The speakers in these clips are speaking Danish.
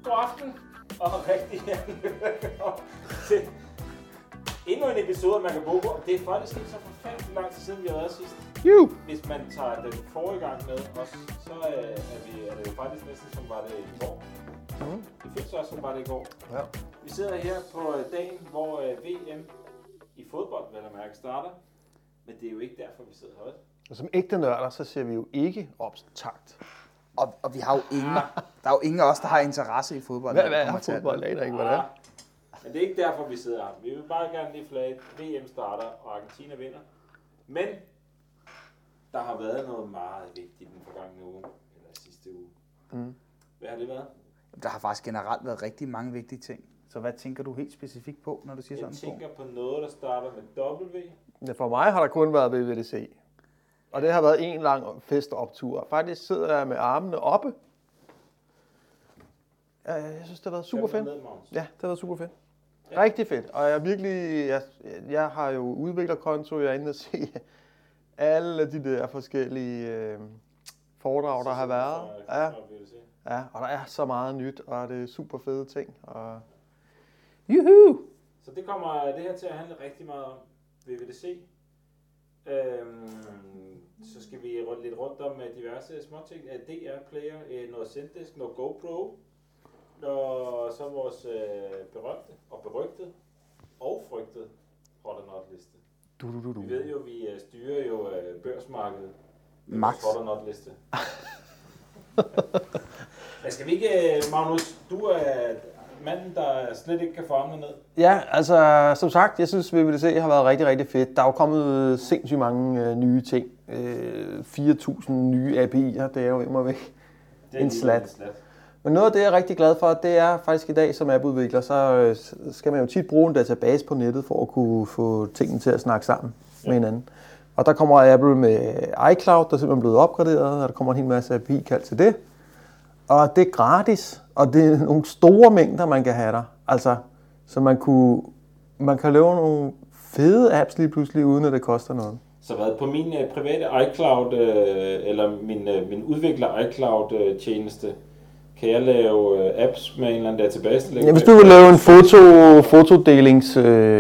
God aften, og rigtig til endnu en episode af Makabobo. Det er faktisk ikke så forfærdeligt lang tid siden, vi har været sidst. Hvis man tager den forrige gang med os, så er det faktisk næsten som var det i går. Det føles også som var det i går. Ja. Vi sidder her på dagen, hvor VM i fodbold, vel at mærke, starter. Men det er jo ikke derfor, vi sidder herude. Og som ægte nørder, så ser vi jo ikke optakt. Og vi har jo ingen, der er jo ingen af os, der har interesse i fodbold. Hvad er fodbold? Jeg aner ikke, hvad det er. Men det er ikke derfor, vi sidder her. Vi vil bare gerne lige flage. VM starter, og Argentina vinder. Men der har været noget meget vigtigt den forgangne uge, eller sidste uge. Hvad har det været? Der har faktisk generelt været rigtig mange vigtige ting. Så hvad tænker du helt specifikt på, når du siger sådan? Jeg tænker på noget, der starter med W. Ja, for mig har der kun været VVDC. Og det har været en lang festoptur. Faktisk sidder jeg med armene oppe. Jeg synes, det har været super fedt. Ja, det har været super fedt. Ja. Rigtig fedt. Og jeg har jo udviklerkonto, jeg er inde og se alle de der forskellige foredrag, der har været. Ja, og der er så meget nyt, og det er super fede ting. Og juhu! Så det kommer det her til at handle rigtig meget om VVDC. Så skal vi rundt lidt rundt om diverse småting. DR Player, noget Zendesk, noget GoPro, og så vores berømte og berygtede og frygtede hot or not liste. Vi ved jo, vi styrer jo børsmarkedet med vores hot or not liste. Men skal vi ikke, Magnus, du er manden, der slet ikke kan få armene ned. Ja, altså som sagt, jeg synes VVDC har været rigtig, rigtig fedt. Der er jo kommet sindssygt mange nye ting. 4.000 nye API'er, det er jo immer væk en slat. Men noget af det, jeg er rigtig glad for, det er faktisk i dag som appudvikler, så skal man jo tit bruge en database på nettet for at kunne få tingene til at snakke sammen med hinanden. Og der kommer Apple med iCloud, der er simpelthen blevet opgraderet, og der kommer en hel masse API-kald til det. Og det er gratis, og det er nogle store mængder, man kan have der. Altså, så man kan lave nogle fede apps lige pludselig, uden at det koster noget. Så hvad, på min private iCloud, eller min udvikler iCloud-tjeneste, kan jeg lave apps med en eller anden database? Ja, hvis du vil lave en fotodelings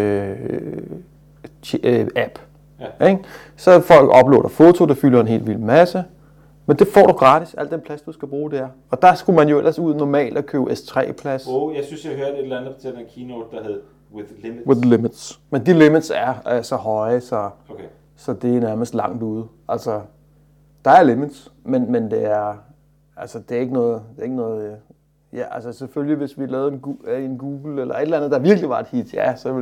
app, ikke? Så folk uploader foto, der fylder en helt vild masse. Men det får du gratis, al den plads, du skal bruge der. Og der skulle man jo ellers ud normalt at købe S3-plads. Jeg synes, jeg hørte et eller andet til den keynote, der hed With Limits. With Limits. Men de limits er så høje, så det er nærmest langt ude. Altså, der er limits, men det er, altså, det er ikke noget. Ja, altså selvfølgelig, hvis vi lavede en Google eller et eller andet, der virkelig var et hit, ja, så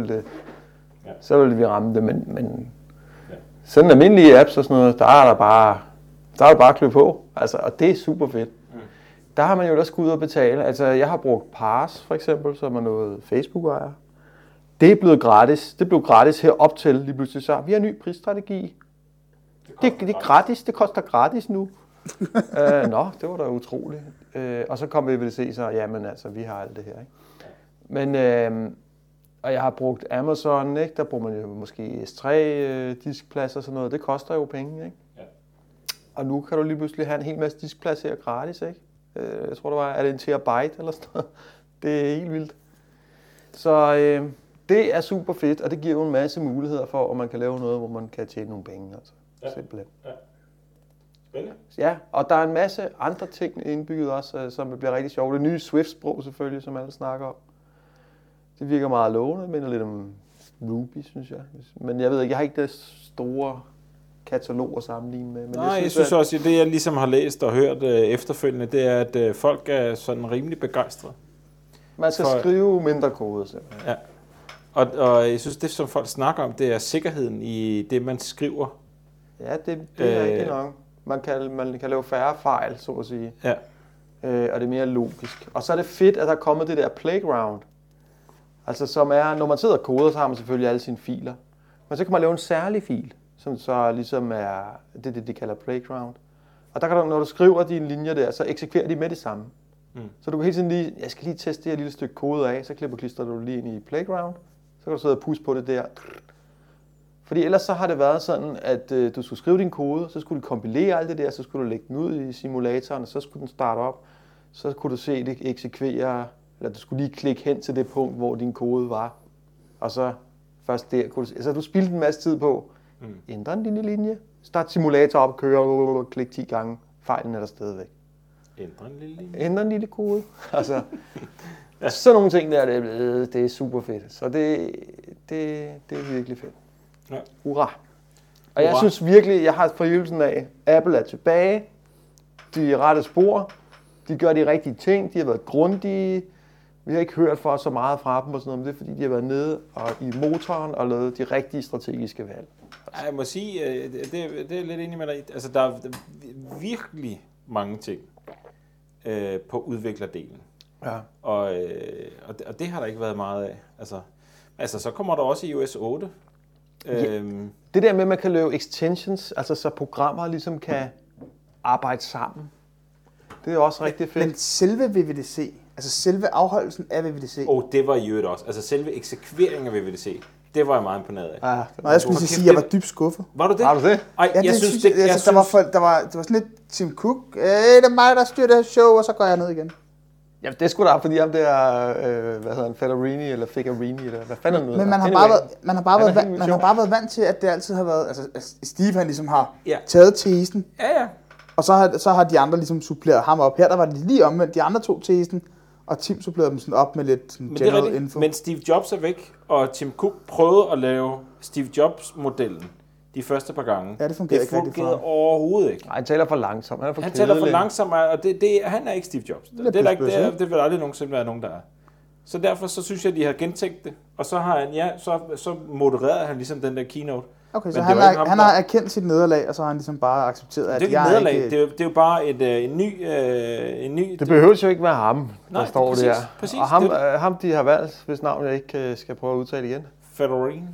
ville vi ramme det. Men sådan almindelige apps og sådan noget, der er bare at klø på, altså, og det er super fedt. Der har man jo også gået ud og betale. Altså, jeg har brugt Pars for eksempel, som er noget Facebook-ejer. Det er blevet gratis. Det blev gratis her op til lige pludselig. Så vi har en ny prisstrategi. Det er gratis. Det koster gratis nu. Det var da utroligt. Og så kom VVDC, så jamen altså, vi har alt det her. Ikke? Men, og jeg har brugt Amazon, ikke? Der bruger man jo måske S3-diskplads og sådan noget. Det koster jo penge, ikke? Og nu kan du lige pludselig have en hel masse diskplads her gratis, ikke? Jeg tror, er det en terabyte eller sådan noget? Det er helt vildt. Så det er super fedt, og det giver jo en masse muligheder for, at man kan lave noget, hvor man kan tjene nogle penge. Altså. Simpelthen. Ja. Spændende. Ja, og der er en masse andre ting indbygget også, som bliver rigtig sjovt. Det nye Swift-sprog selvfølgelig, som alle snakker om. Det virker meget lovende, minder lidt om Ruby, synes jeg. Men jeg ved ikke, jeg har ikke det store katalog at sammenligne med. Men jeg synes også, at det jeg ligesom har læst og hørt efterfølgende, det er, at folk er sådan rimelig begejstrede. Man skal skrive mindre kode, simpelthen. Ja. Og jeg synes, det som folk snakker om, det er sikkerheden i det, man skriver. Ja, det er ikke nok. Man kan lave færre fejl, så at sige. Ja. Og det er mere logisk. Og så er det fedt, at der er kommet det der playground. Altså som er, når man sidder og koder, så har man selvfølgelig alle sine filer. Men så kan man lave en særlig fil, som så ligesom er det, de kalder playground. Og der kan du, når du skriver dine linjer der, så eksekverer de med det samme. Så du kan hele tiden lige, jeg skal lige teste det her lille stykke kode af, så klipper du lige ind i playground. Så kan du sidde og pusse på det der. Fordi ellers så har det været sådan, at du skulle skrive din kode, så skulle du kompilere alt det der, så skulle du lægge den ud i simulatoren, og så skulle den starte op. så kunne du se det eksekvere, eller du skulle lige klikke hen til det punkt, hvor din kode var. Og så først der kunne du... Altså, du spildte en masse tid på. Ændre en lille linje. Start simulator op og køre. Klik 10 gange. Fejlen er der stadigvæk. Ændre en lille kode. Altså, sådan nogle ting der, det er super fedt. Så det er virkelig fedt. Ja. Hurra. Og jeg synes virkelig, jeg har forhjælelsen af, Apple er tilbage. De er rette spor. De gør de rigtige ting. De har været grundige. Vi har ikke hørt for så meget fra dem og sådan noget, men det er fordi, de har været nede og i motoren og lavet de rigtige strategiske valg. Altså. Jeg må sige, det er lidt enig med dig. Altså, der er virkelig mange ting på udviklerdelen. Ja. Og det har der ikke været meget af. Altså så kommer der også i iOS 8. Ja. Det der med, at man kan lave extensions, altså så programmer ligesom kan arbejde sammen, det er også rigtig fedt. Men selve VVDC, altså selve afholdelsen af VVDC... Det var i øvrigt også. Altså selve eksekveringen af VVDC, det var jeg meget imponeret af. Ja, og jeg skulle sige, at jeg var dybt skuffet. Var du det? Har du det? Ej, ja, jeg synes det. Det var sådan lidt Tim Cook. Det er mig, der styrer det her show, og så går jeg ned igen. Ja, det skulle da, fordi ham der, hvad hedder han, Federini eller Figarini, eller hvad fanden noget. Men man har bare været vant til, at det altid har været, altså Steve han ligesom har taget tesen. Ja. Og så har de andre ligesom suppleret ham op. Her der var det lige omvendt, de andre tog tesen, og Tim supplerede dem sådan op med lidt sådan general info. Men Steve Jobs er væk, og Tim Cook prøvede at lave Steve Jobs-modellen de første par gange. Ja, det fungerede overhovedet ikke. Nej, han taler for langsomt. Han taler for langsomt, og han er ikke Steve Jobs. Det vil aldrig nogensinde være nogen, der er. Så derfor så synes jeg, at de har gentænkt det. Og så har han, så modererede han ligesom den der keynote. Okay, så han har erkendt sit nederlag, og så har han ligesom bare accepteret, at det er jeg nederlag. ikke... Det er jo bare en ny... Det behøver jo ikke være ham, der står præcis, der. Præcis, og ham, de har valgt, hvis navn jeg ikke skal prøve at udtale igen. Federini.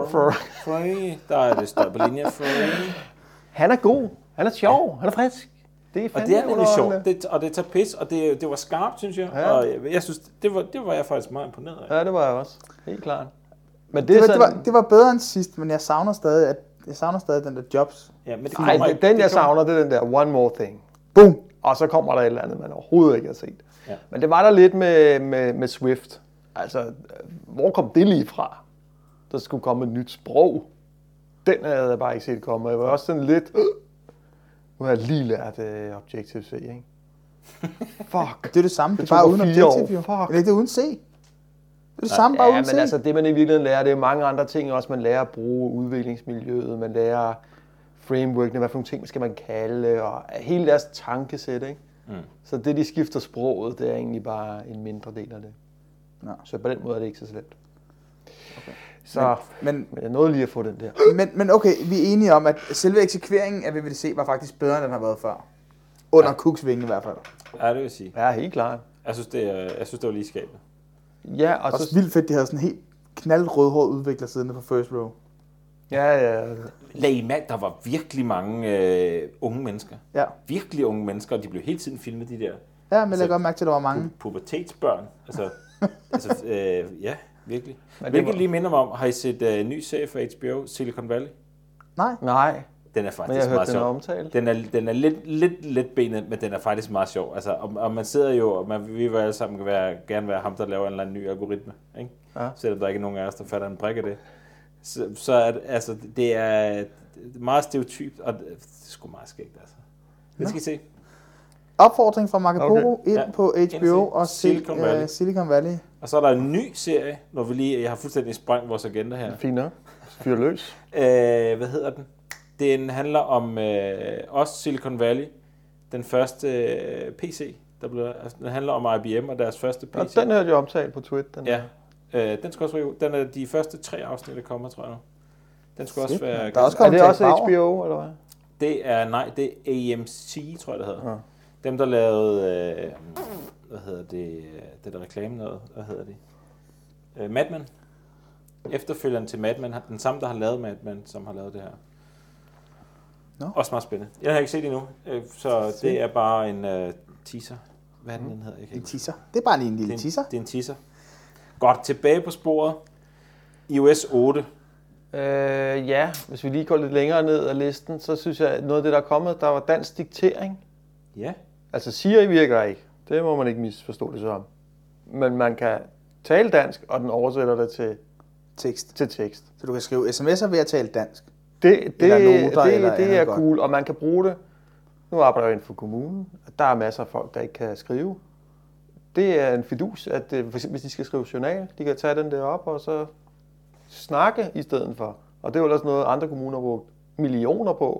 Der er det større på linje. Federini. Han er god. Han er sjov. Han er frisk. Det er og det er nemlig sjovt. Og det tager pis, og det var skarpt, synes jeg. Ja. Og jeg synes, det var jeg faktisk meget imponeret af. Ja, det var jeg også. Helt klart. Men det var bedre end sidst, men jeg savner stadig den der Jobs. Ja, men det den jeg savner, det er den der one more thing. Boom! Og så kommer der et eller andet, man overhovedet ikke har set. Ja. Men det var der lidt med Swift. Altså, hvor kom det lige fra? Der skulle komme et nyt sprog. Den havde jeg bare ikke set komme. Jeg var også sådan lidt... Nu har jeg lige lært Objective-C, ikke? Fuck. Det er det samme, det er bare uden Objective. Fuck. Eller det er uden C. Det er det samme, bare uden C. Men altså, det man i virkeligheden lærer, det er mange andre ting også. Man lærer at bruge udviklingsmiljøet, man lærer frameworkene, hvad for nogle ting skal man kalde, og hele deres tankesæt, ikke? Så det, de skifter sproget, det er egentlig bare en mindre del af det. Ja. Så på den måde er det ikke så slemt. Okay. Så, men jeg nåede lige at få den der. Men okay, vi er enige om, at selve eksekveringen af VVDC var faktisk bedre, end den har været før. Under Cooks vinge i hvert fald. Ja, det vil sige. Ja, helt klart. Jeg synes, det var lige skabet. Ja, og også vildt fedt, de havde sådan en helt knaldrødhåret udvikler siddende på first row. Ja. Der var virkelig mange unge mennesker. Ja. Virkelig unge mennesker, og de blev hele tiden filmet, de der. Ja, men jeg lægger godt mærke til, at der var mange. Pubertetsbørn. Ja, virkelig. Hvilket lige minder mig om, har I set en ny serie fra HBO, Silicon Valley? Nej. Den er faktisk meget sjov. Den er lidt benet, men den er faktisk meget sjov. Altså, og man sidder jo, og vi vil alle sammen gerne være ham, der laver en eller anden ny algoritme, ikke? Ja. Selvom der ikke er nogen af os, der fatter en brik af det. Så er det, altså, det er meget stereotypt, og det er sgu meget skægt, altså. Det skal I se. Opfordring fra Marco ind på HBO og Silicon Valley. Og så er der en ny serie, når jeg har fuldstændig sprængt vores agenda her. Fint nok. Fyr løs. Hvad hedder den? Den handler om også Silicon Valley. Den første PC, den handler om IBM og deres første PC. Og den hørte jeg omtalt på Twitter. Den skal også være, den er de første 3 afsnit, der kommer, tror jeg nu. Den skal også være... Er det også HBO, eller hvad? Det er AMC, tror jeg, det hedder. Ja. Dem, der lavede, det der reklame noget, hvad hedder det? Mad Men. Efterfølgeren til Mad Men, den samme, der har lavet Mad Men, som har lavet det her. No. Også meget spændende. Jeg har ikke set det endnu, så det er bare en teaser. Hvad er den hedder? En teaser? Det er bare lige en lille teaser. Det er en teaser. Godt, tilbage på sporet. iOS 8. Ja, hvis vi lige går lidt længere ned ad listen, så synes jeg, at noget af det, der er kommet, der var dansk diktering. Ja. Altså Siri virker ikke. Det må man ikke misforstå det som. Men man kan tale dansk, og den oversætter det til tekst. Så du kan skrive sms'er ved at tale dansk? Det er cool, og man kan bruge det. Nu arbejder jeg inden for kommunen. Der er masser af folk, der ikke kan skrive. Det er en fidus, at for eksempel, hvis de skal skrive journal, de kan tage den der op og så snakke i stedet for. Og det er jo også noget, andre kommuner har brugt millioner på.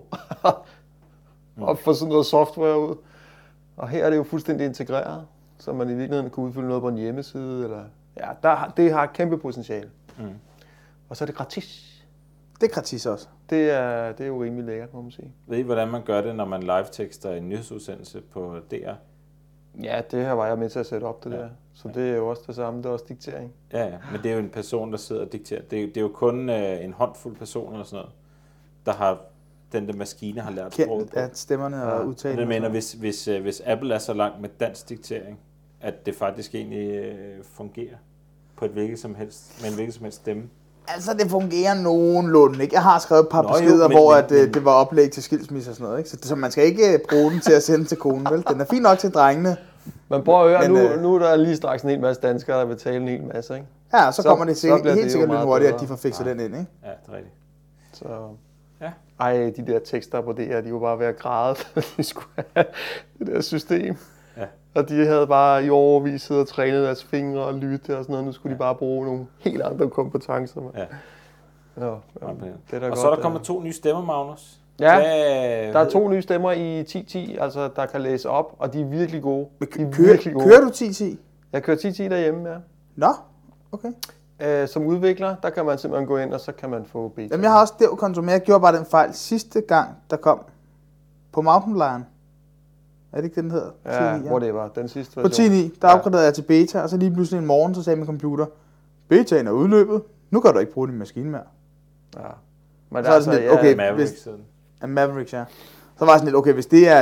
Og få sådan noget software ud. Og her er det jo fuldstændig integreret, så man i virkeligheden kan udfylde noget på en hjemmeside. Eller, det har et kæmpe potentiale. Og så er det gratis. Det er gratis også. Det er jo rimelig lækkert, må man sige. Ved I, hvordan man gør det, når man live-tekster en nyhedsudsendelse på DR? Ja, det her var jeg med til at sætte op, det der. Så det er jo også det samme, det er også diktering. Ja, men det er jo en person, der sidder og dikterer. Det er jo kun en håndfuld personer eller sådan noget, der har den der maskine har lært sproget på. At stemmerne og udtalen. Jeg mener, hvis Apple er så langt med dansk diktering, at det faktisk egentlig fungerer på et hvilket som helst, med en hvilket som helst stemme. Altså, det fungerer nogenlunde, ikke? Jeg har skrevet et par beskeder, hvor det var oplæg til skilsmisse og sådan noget, ikke? Så man skal ikke bruge den til at sende til konen, vel? Den er fin nok til drengene. Man prøver at høre, nu er der lige straks en hel masse danskere, der vil tale en hel masse, ikke? Ja, så kommer det helt sikkert lidt hurtigt, at de får fikset den ind, ikke? Ja, det er rigtigt. Så... Ja. Ej, de der tekster på det her, de var bare ved at græde, de skulle have det der system. Ja. Og de havde bare i overvis siddet og trænet deres fingre og lytte og sådan noget. Nu skulle de bare bruge nogle helt andre kompetencer. Ja. Nå, det er og så er der kommet 2 nye stemmer, Magnus. Ja, der er 2 nye stemmer i 10.10, altså der kan læse op, og de er virkelig gode. Kører du 10.10? Jeg kører 10.10 derhjemme, ja. Nå, okay. Som udvikler, der kan man simpelthen gå ind, og så kan man få beta. Jamen, jeg har også Dev-konto, men jeg gjorde bare den fejl sidste gang, der kom på Mountain Lion. Er det ikke det, den hedder? Ja, hvor det var, den sidste version. På 10.9, der opgraderede jeg til beta, og så lige pludselig en morgen, så sagde min computer, betaen er udløbet, nu kan du ikke bruge din maskine mere. Ja. Men så er det sådan lidt, okay, Mavericks. Mavericks, ja. Så var det sådan lidt, okay, hvis det er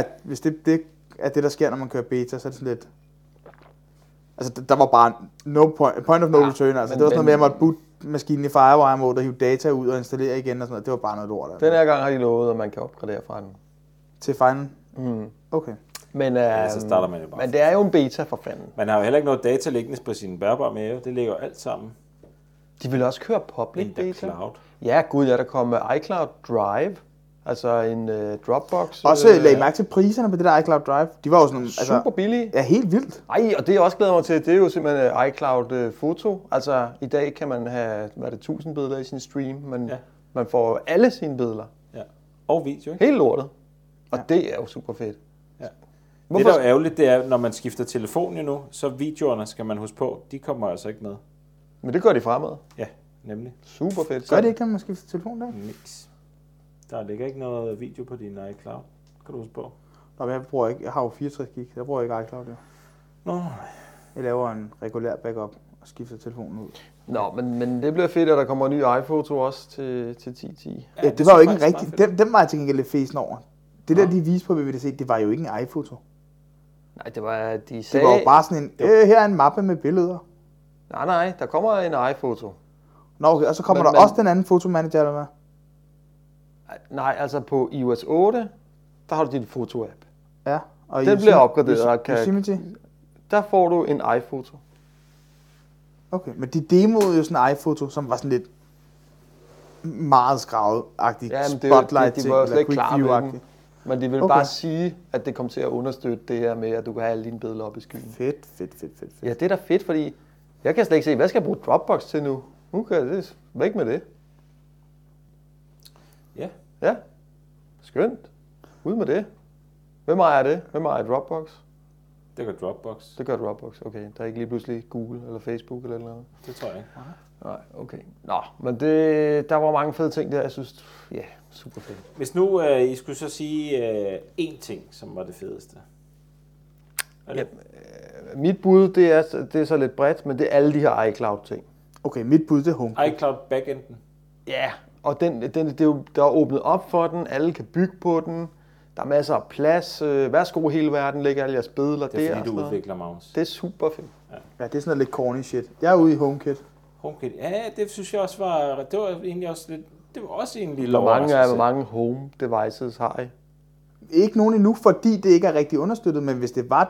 det, der sker, når man kører beta, så er det sådan lidt... Altså, der var bare point of no return, altså. Det var sådan noget med, at jeg måtte boot maskinen i Firewire mode og hive data ud og installere igen og sådan noget. Det var bare noget lort. Den her gang har de lovet, at man kan opgradere fra den. Til Final? Okay. Men, så starter man jo bare. Men det er jo en beta for fanden. Man har jo heller ikke noget data liggende på sin bærbare mave. Det ligger jo alt sammen. De vil også køre public in beta. Cloud. Ja, gud, der kommer iCloud Drive. Altså en Dropbox. Og så lagde mærke til priserne på det der iCloud Drive. De var jo sådan super billige. Ja, helt vildt. Ej, og det jeg også glæder mig til, det er jo simpelthen iCloud Foto. Altså i dag kan man have, 1000 billeder i sin stream, men man får alle sine billeder. Ja. Og video, ikke? Helt lortet. Og det er jo super fedt. Ja. Det der er jo ærgerligt, det er, når man skifter telefon nu, så videoerne skal man huske på, de kommer altså ikke med. Men det gør de fremad. Ja, nemlig. Super fedt. Gør det ikke, når man skifter telefon der? Mix. Der ligger ikke noget video på din iCloud. Kan du huske på? Nå, men jeg har jo 64 gig. Jeg bruger ikke iCloud, jo. Nå. Jeg laver en regulær backup og skifter telefonen ud. Nå, men det bliver fedt, at der kommer en ny iPhoto også til 10.10. Ja, det var jo ikke en rigtig... Den var jeg til gengæld lidt fæsen over. Det der, de viste på VVDC, det var jo ikke en iPhoto. Nej, det var... De sagde... Det var jo bare sådan en... her er en mappe med billeder. Nej, der kommer en iPhoto. Nå, okay, og så kommer der også den anden fotomanager, eller hvad? Nej, altså på iOS 8, der har du din foto-app. Ja. Og den bliver opgraderet. Yosemite? Der får du en iPhoto. Okay, men de demoede jo sådan en iPhoto, som var sådan lidt meget skravet-agtigt. Ja, spotlight de var jo slet ikke klar med den. -agtigt. Men de vil bare sige, at det kommer til at understøtte det her med, at du kan have alle dine billeder op i skyen. Fedt. Ja, det er da fedt, fordi jeg kan slet ikke se, hvad skal jeg bruge Dropbox til nu? Nu kan det væk med det. Ja. Ja. Skønt. Ud med det. Hvem ejer det? Hvem ejer Dropbox? Det gør Dropbox. Det gør Dropbox, okay. Der er ikke lige pludselig Google eller Facebook eller noget. Det tror jeg ikke. Nej, okay. Nå, men der var mange fede ting der, jeg synes, super fedt. Hvis nu I skulle så sige én ting, som var det fedeste. Ja, mit bud, det er så lidt bredt, men det er alle de her iCloud-ting. Okay, mit bud, det er HomeKit. iCloud backenden. Ja, og der er åbnet op for den, alle kan bygge på den, der er masser af plads, værsgo hele verden, lægge alle jeres billeder der. Det er fordi, du udvikler, Magnus. Det er super fedt. Ja, det er sådan noget lidt corny shit. Jeg er ude i HomeKit. HomeKit, ja, det synes jeg også var, det var egentlig også lidt, det var også en lille overraskelse. Hvor mange home devices har I? Ikke nogen endnu, fordi det ikke er rigtig understøttet, men hvis det var det,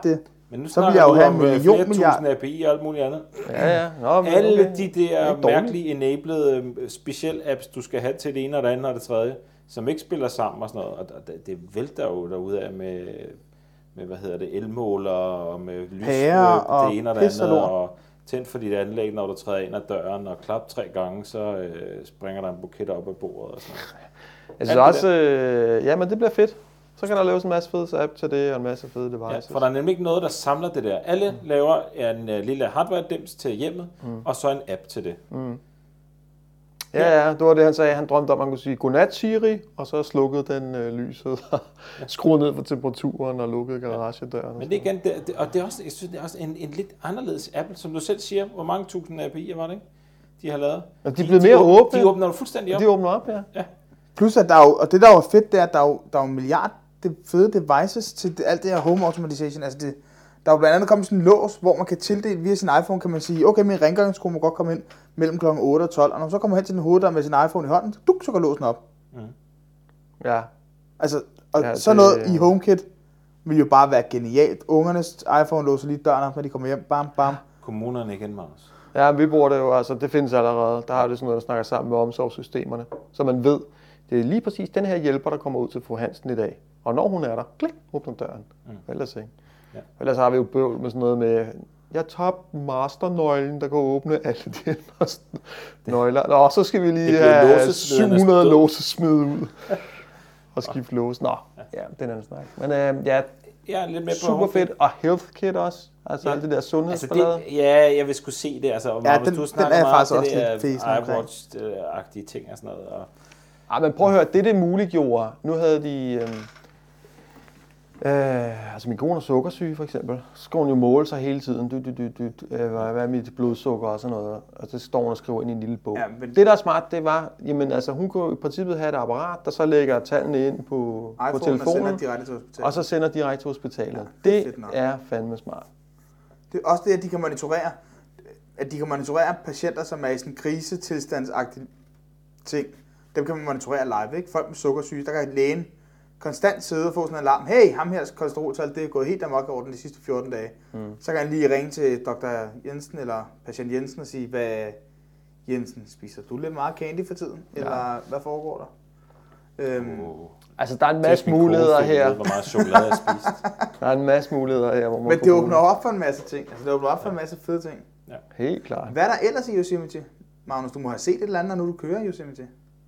Men nu så vil jeg jo have en milliard milliard API og alt muligt andet. Ja. Nå, alle de der mærkelige enablede special apps, du skal have til det ene og det andet og det tredje, som ikke spiller sammen og sådan noget. Og det vælter jo derude af med hvad hedder det, elmåler og med lys, og det ene og det andet, og tænd for dit anlæg, når du træder ind ad døren, og klap 3 gange, så springer der en buket op af bordet og sådan noget. Jeg synes også, ja, men det bliver fedt. Så kan der laves en masse fede app til det, og en masse fede devices. Ja, for der er nemlig ikke noget, der samler det der. Alle laver en lille hardware-dims til hjemmet, og så en app til det. Ja, det var det, han sagde. Han drømte om, at man kunne sige, godnat Siri, og så slukkede den lyset, og skruede ned for temperaturen, og lukkede garagedøren. Men det igen, og det er også, jeg synes, det er også en lidt anderledes Apple, som du selv siger. Hvor mange tusind API'er var det, ikke? De har lavet. Ja, de er blevet mere åbne. De åbner jo fuldstændig op. De åbner op, ja. Plus, at der er jo, og det der var fedt, det er, at der er jo en milliard fede devices til alt det her home automation. Altså der er jo blandt andet kommet sådan en lås, hvor man kan tildele via sin iPhone, kan man sige, okay, min rengøringskone må godt komme ind mellem kl. 8 og 12, og når man så kommer hen til den hoveddør med sin iPhone i hånden, så går låsen op. Ja. Altså, og ja, sådan noget i HomeKit vil jo bare være genialt. Ungernes iPhone låser lige døren op, når de kommer hjem. Bam, bam. Kommunerne igen, Magnus. Ja, vi bruger det jo, altså det findes allerede. Der har det sådan noget, der snakker sammen med omsorgssystemerne, så man ved, det er lige præcis den her hjælper, der kommer ud til fru Hansen i dag. Og når hun er der, klik, åbner døren. Ellers ikke. Ja. Ellers har vi jo bøvl med sådan noget med, jeg tabte masternøglen, der kan åbne alle de nøgler. Og så skal vi lige have 700 låse smidt ud og skifte låse. Nå, ja, den anden snak. Men ja, jeg er lidt med på super fedt. Og HealthKit også. Altså alt det der sundhedsballade. Altså jeg vil skulle se det. Altså, ja, du snakker meget om det der iWatch-agtige ting og sådan noget. Og ja, men prøv at høre, det muliggjorde. Nu havde de, altså min kone er sukkersyge for eksempel. Så skal hun jo måle sig hele tiden. Hvad er mit blodsukker og sådan noget. Og så står hun og skriver ind i en lille bog. Ja, men det der er smart, det var, jamen altså hun kunne i princippet have et apparat, der så lægger tallene ind på telefonen. Og så sender direkte til hospitalet. Ja, det er fandme smart. Det er også det, at de kan monitorere. At de kan monitorere patienter, som er i sådan en krisetilstandsagtig ting. Dem kan man monitorere live, ikke? Folk med sukkersyge, der kan lægen konstant sidde og få sådan en alarm. Hey, ham her kolesteroltal, det er gået helt amok over de sidste 14 dage. Så kan han lige ringe til Dr. Jensen eller patient Jensen og sige, hvad Jensen, spiser du lidt meget candy for tiden? Eller hvad foregår der? Altså, der er en masse muligheder her. Hvor meget chokolade jeg spist. Der er en masse muligheder her, hvor man. Men det åbner op for en masse ting. Altså, det åbner op for en masse fede ting. Ja. Helt klart. Hvad er der ellers i Yosemite? Magnus, du må have set et eller andet, når du kører i Yosemite.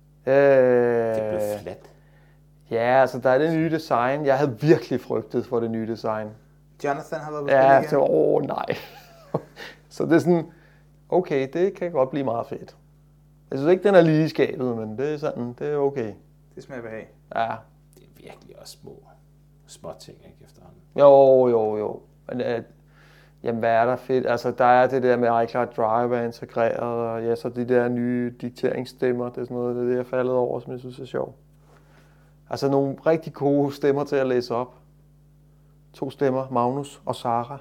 Det blev fladt. Ja, altså der er det nye design. Jeg havde virkelig frygtet for det nye design. Jonathan har været på spil igen. Ja, nej. Så det er sådan, okay, det kan godt blive meget fedt. Jeg synes ikke, den er lige i skabet, men det er sådan, det er okay. Det smager behag. Ja. Det er virkelig også små ting, ikke efterhånden. Jo. Men jamen, hvad er der fedt? Altså, der er det der med iCloud Drive er integreret, og ja, så de der nye dikteringsstemmer, det er sådan noget, det er det, jeg faldet over, som jeg synes er sjovt. Altså, nogle rigtig gode stemmer til at læse op. 2 stemmer, Magnus og Sara.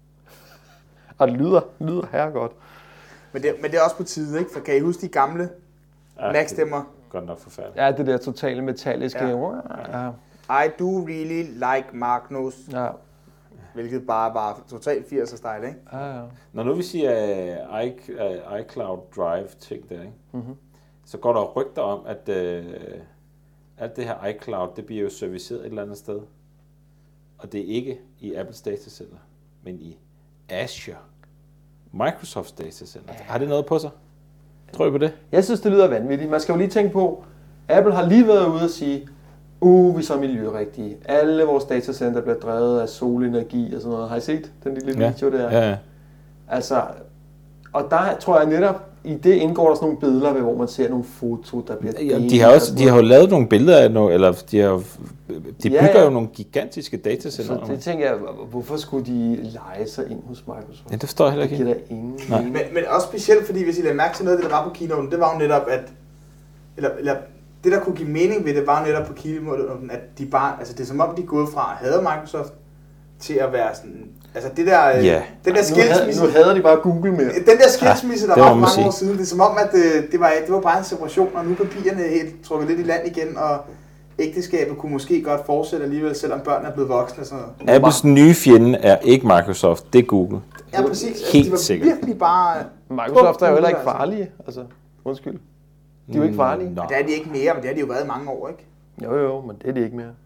Og det lyder herregodt. Men det er også på tide, ikke? For kan I huske de gamle Mac-stemmer? Godt nok forfærdeligt. Ja, det der totale metalliske. Ja. I do really like Magnus. Ja. Hvilket bare var totalt 80'er-style, ikke? Ja. Når nu vi siger iCloud Drive ting der, ikke? Så går der rygter om, at alt det her iCloud, det bliver jo serviceret et eller andet sted. Og det er ikke i Apples datacenter, men i Azure. Microsofts datacenter. Har det noget på sig? Tror du på det? Jeg synes, det lyder vanvittigt. Man skal jo lige tænke på, Apple har lige været ude og sige, vi er så miljørigtige. Alle vores datacenter bliver drevet af solenergi og sådan noget. Har I set den lille video der? Ja. Altså, og der tror jeg netop, i det indgår der sådan nogle billeder, hvor man ser nogle foto, der bliver delt. De har jo lavet nogle billeder af noget, eller de bygger jo nogle gigantiske datacenter. Så det tænker jeg, hvorfor skulle de leje sig ind hos Microsoft? Ja, det forstår jeg heller ikke. Det giver der ingen. Men også specielt, fordi hvis I lader mærke til noget af det, der var på keynoten, det var jo netop, at eller det, der kunne give mening ved det, var netop på keynoten, at de bare, altså det er som om, de er gået fra at hade Microsoft til at være sådan, altså det der, den der skilsmisse. Nu hader de bare Google mere. Den der skilsmisse, der var for mange år siden, det er som om, at det var bare en separation, og nu er papirerne helt trukket lidt i land igen, og ægteskabet kunne måske godt fortsætte alligevel, selvom børnene er blevet voksne og sådan noget. Apples nye fjende er ikke Microsoft, det er Google. Ja, præcis. Helt de var sikkert. virkelig bare... Microsoft er jo heller ikke farlige, altså. Undskyld. De er jo ikke farlige. Det er de ikke mere, men det har de jo været i mange år, ikke? Jo, men det er de ikke mere.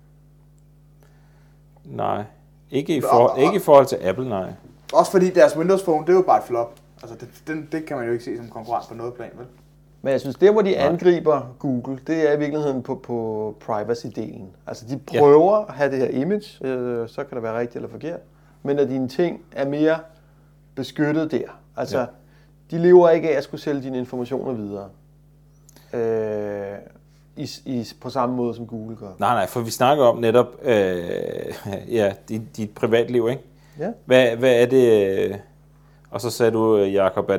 Nej. Ikke i forhold til Apple, nej. Også fordi deres Windows Phone, det er jo bare et flop. Altså, det kan man jo ikke se som konkurrent på noget plan, vel? Men jeg synes, det hvor de angriber Google, det er i virkeligheden på privacy-delen. Altså, de prøver at have det her image, så kan det være rigtigt eller forkert, men at dine ting er mere beskyttet der. Altså, de lever ikke af at skulle sælge dine informationer videre. På samme måde, som Google gør. Nej, for vi snakker om netop dit privatliv, ikke? Ja. Hvad er det... Og så sagde du, Jacob,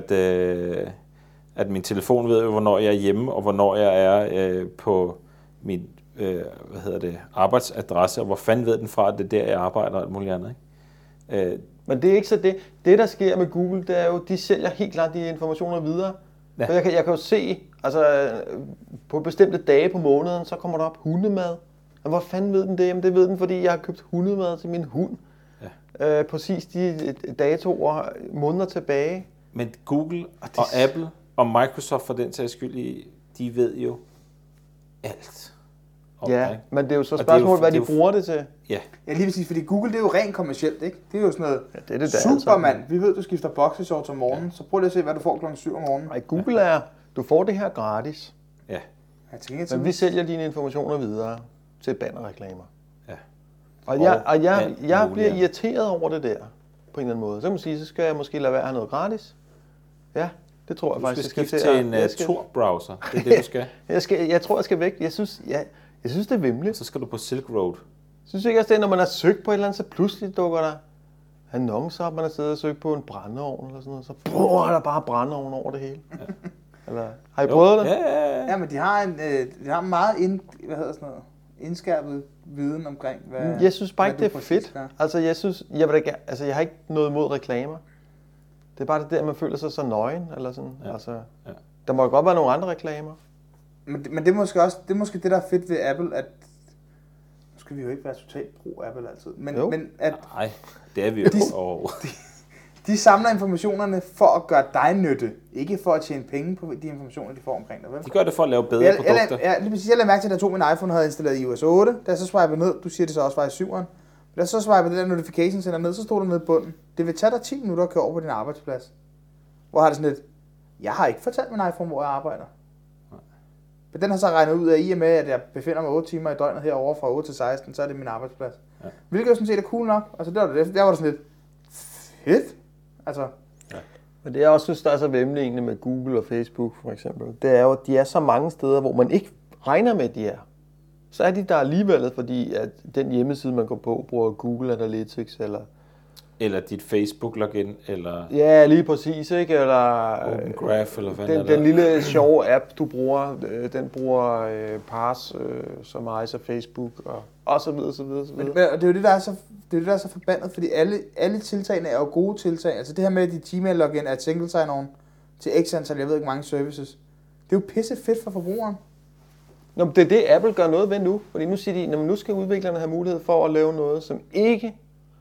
at min telefon ved, hvornår jeg er hjemme, og hvornår jeg er på min arbejdsadresse, og hvor fanden ved den fra, at det er der, jeg arbejder og alt muligt andet, ikke? Men det er ikke så det. Det, der sker med Google, det er jo, de sælger helt klart de informationer videre. Ja. For jeg kan jo se, altså på bestemte dage på måneden, så kommer der op hundemad. Og hvor fanden ved den det? Jamen det ved den, fordi jeg har købt hundemad til min hund. Ja. Præcis de datoer, måneder tilbage. Men Google og Apple og Microsoft for den sags skyld, de ved jo alt. Men det er jo så spørgsmålet, hvad de bruger det til. Ja, lige præcis, fordi Google, det er jo rent kommercielt, ikke? Det er jo sådan noget, det Superman, altså. Vi ved, du skifter boxershorts om morgenen, så prøv lige at se, hvad du får klokken 7 om morgenen. Nej, Google er, du får det her gratis. Ja. Men vi sælger dine informationer videre til bannerreklamer. Ja. Og jeg bliver irriteret over det der, på en eller anden måde. Så kan man sige, så skal jeg måske lade være at have noget gratis. Ja, det tror jeg faktisk, jeg skal til en Tor-browser. Det er det, du skal. Jeg tror, jeg skal væk. Jeg synes, det er vimligt. Så skal du på Silk Road. Synes ikke også det, når man har søgt på et eller andet, så pludselig dukker der annoncer op, man har siddet og søgt på en brændeovn eller sådan noget, så er der bare brændeovn over det hele. Ja. Eller, har I prøvet det? Ja, men de har meget indskærpet viden omkring, hvad... Jeg synes bare ikke, det er fedt. Altså, jeg har ikke noget imod reklamer. Det er bare det der, man føler sig så nøgen, eller sådan. Ja. Altså, der må jo godt være nogle andre reklamer. Men det er måske det, der er fedt ved Apple, at nu skal vi jo ikke være totalt pro Apple altid, men at... Nej, det er vi jo. De samler informationerne for at gøre dig nytte, ikke for at tjene penge på de informationer, de får omkring dig. Vel? De gør det for at lave bedre produkter. Jeg lagde mærke til, at jeg tog min iPhone og havde installeret iOS 8, da jeg så swipede ned, du siger det så også var i 7'eren, da jeg så swipede det der notification center ned, så stod der nede i bunden. Det vil tage dig 10 minutter at køre over på din arbejdsplads. Hvor har det sådan lidt, jeg har ikke fortalt min iPhone, hvor jeg arbejder. Men den har så regnet ud af, i og med, at jeg befinder mig 8 timer i døgnet herovre fra 8 til 16, så er det min arbejdsplads. Ja. Hvilket jo sådan set er cool nok. Altså der var det sådan lidt fedt. Altså. Ja. Men det jeg også synes, der er så væmmeligt egentlig med Google og Facebook for eksempel, det er jo, at de er så mange steder, hvor man ikke regner med, at de er. Så er de der alligevel, fordi at den hjemmeside, man går på, bruger Google Analytics eller dit Facebook-login, eller... Ja, lige præcis, ikke? Eller... Open Graph, eller hvad den lille sjove app, du bruger, den bruger Parse, som ejer Facebook, og så videre, så videre, så videre. Men det er jo det, der er så forbandet, fordi alle tiltagene er jo gode tiltag. Altså det her med, at dit Gmail-login er et single sign-on til x antal, jeg ved ikke mange services. Det er jo pisse fedt for forbrugeren. Nå, men det er det, Apple gør noget ved nu. Fordi nu siger de, nu skal udviklerne have mulighed for at lave noget, som ikke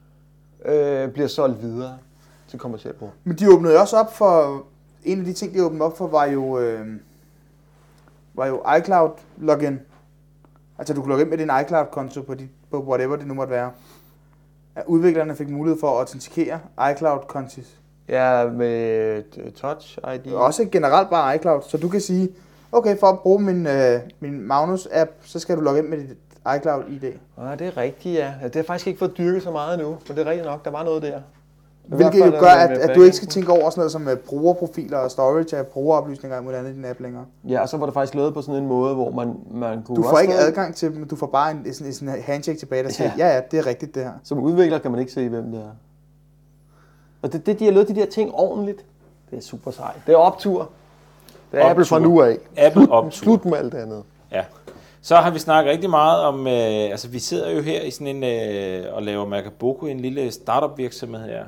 bliver solgt videre til kommercielt brug. Men de åbnede også op for, en af de ting, de åbnede op for, var jo iCloud login. Altså du kunne logge ind med din iCloud-konto på whatever det nu måtte være. At udviklerne fik mulighed for at autentikere iCloud-kontis. Ja, med Touch ID. Også generelt bare iCloud, så du kan sige, okay, for at bruge min Magnus-app, så skal du logge ind med dit iCloud-ID. Ja, det er rigtigt, ja. Det har faktisk ikke fået dyrket så meget nu, men det er rigtigt nok, der var noget der. Hvilket jo gør, at du ikke skal tænke over sådan noget som brugerprofiler og storage af brugeroplysninger og andet i din app længere. Ja, og så var det faktisk lavet på sådan en måde, hvor man kunne... Du får ikke adgang til dem, du får bare en handshake tilbage, der siger, ja, det er rigtigt det her. Som udvikler kan man ikke se, hvem det er. Og det de har lavet de der ting ordentligt, det er super sejt. Det er optur. Det er Apple fra nu af. Slut med alt andet. Ja. Så har vi snakket rigtig meget om, altså vi sidder jo her i sådan en, og laver Macaboco i en lille startup virksomhed her.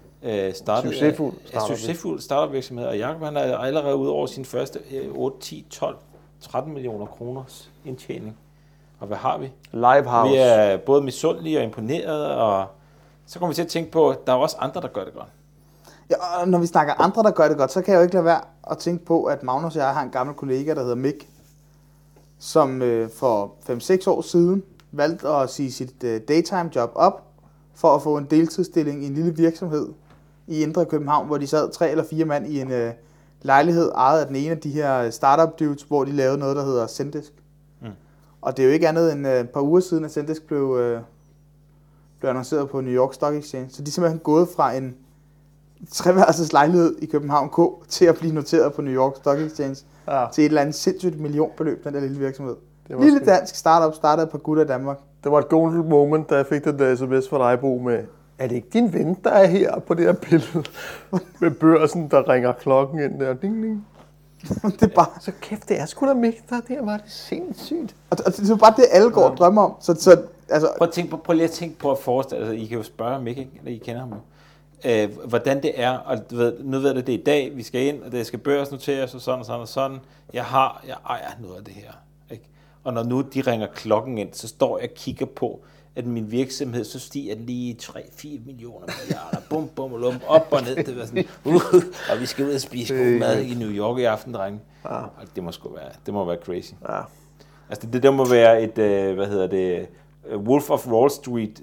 Succesfuld startup virksomhed, og Jacob han er allerede ude over sin første 8, 10, 12, 13 millioner kroners indtjening. Og hvad har vi? Livehouse. Vi er både misundelige og imponerede, og så kommer vi til at tænke på, at der er også andre, der gør det godt. Ja, og når vi snakker andre, der gør det godt, så kan jeg jo ikke lade være at tænke på, at Magnus og jeg har en gammel kollega, der hedder Mick, som for 5-6 år siden valgte at sige sit daytime job op, for at få en deltidsstilling i en lille virksomhed i Indre København, hvor de sad 3 eller 4 mand i en lejlighed, ejet af den ene af de her startup dudes, hvor de lavede noget, der hedder Zendesk. Og det er jo ikke andet end et par uger siden, at Zendesk blev annonceret på New York Stock Exchange. Så de er simpelthen gået fra en 3-værelses lejlighed i København K til at blive noteret på New York Stock Exchange til et eller andet sindssygt millionbeløb, den der lille virksomhed. Lille dansk startup startede på gutter i Danmark. Det var et golden moment, da jeg fik den der sms fra dig, Bo, med, er det ikke din ven, der er her på det her billede med børsen, der ringer klokken ind der? Ding, ding. Det er bare... Så kæft, det er sgu da Mick, der var det sindssygt. Og det er bare det, alle går og drømmer om. Så, altså... Prøv lige at tænke på at forestille, altså I kan jo spørge Mick, ikke, når I kender ham jo. Hvordan det er, og nu ved det er i dag, vi skal ind, og det skal børsnoteres og sådan og sådan og sådan. Jeg ejer noget af det her. Ikke? Og når nu de ringer klokken ind, så står jeg og kigger på, at min virksomhed, så stiger den lige 3-4 millioner milliarder, bum, bum, bum, op og ned, det var sådan, og vi skal ud og spise god mad i New York i aften, drenge. Ja. Det må være crazy. Ja. Altså det må være et, Wolf of Wall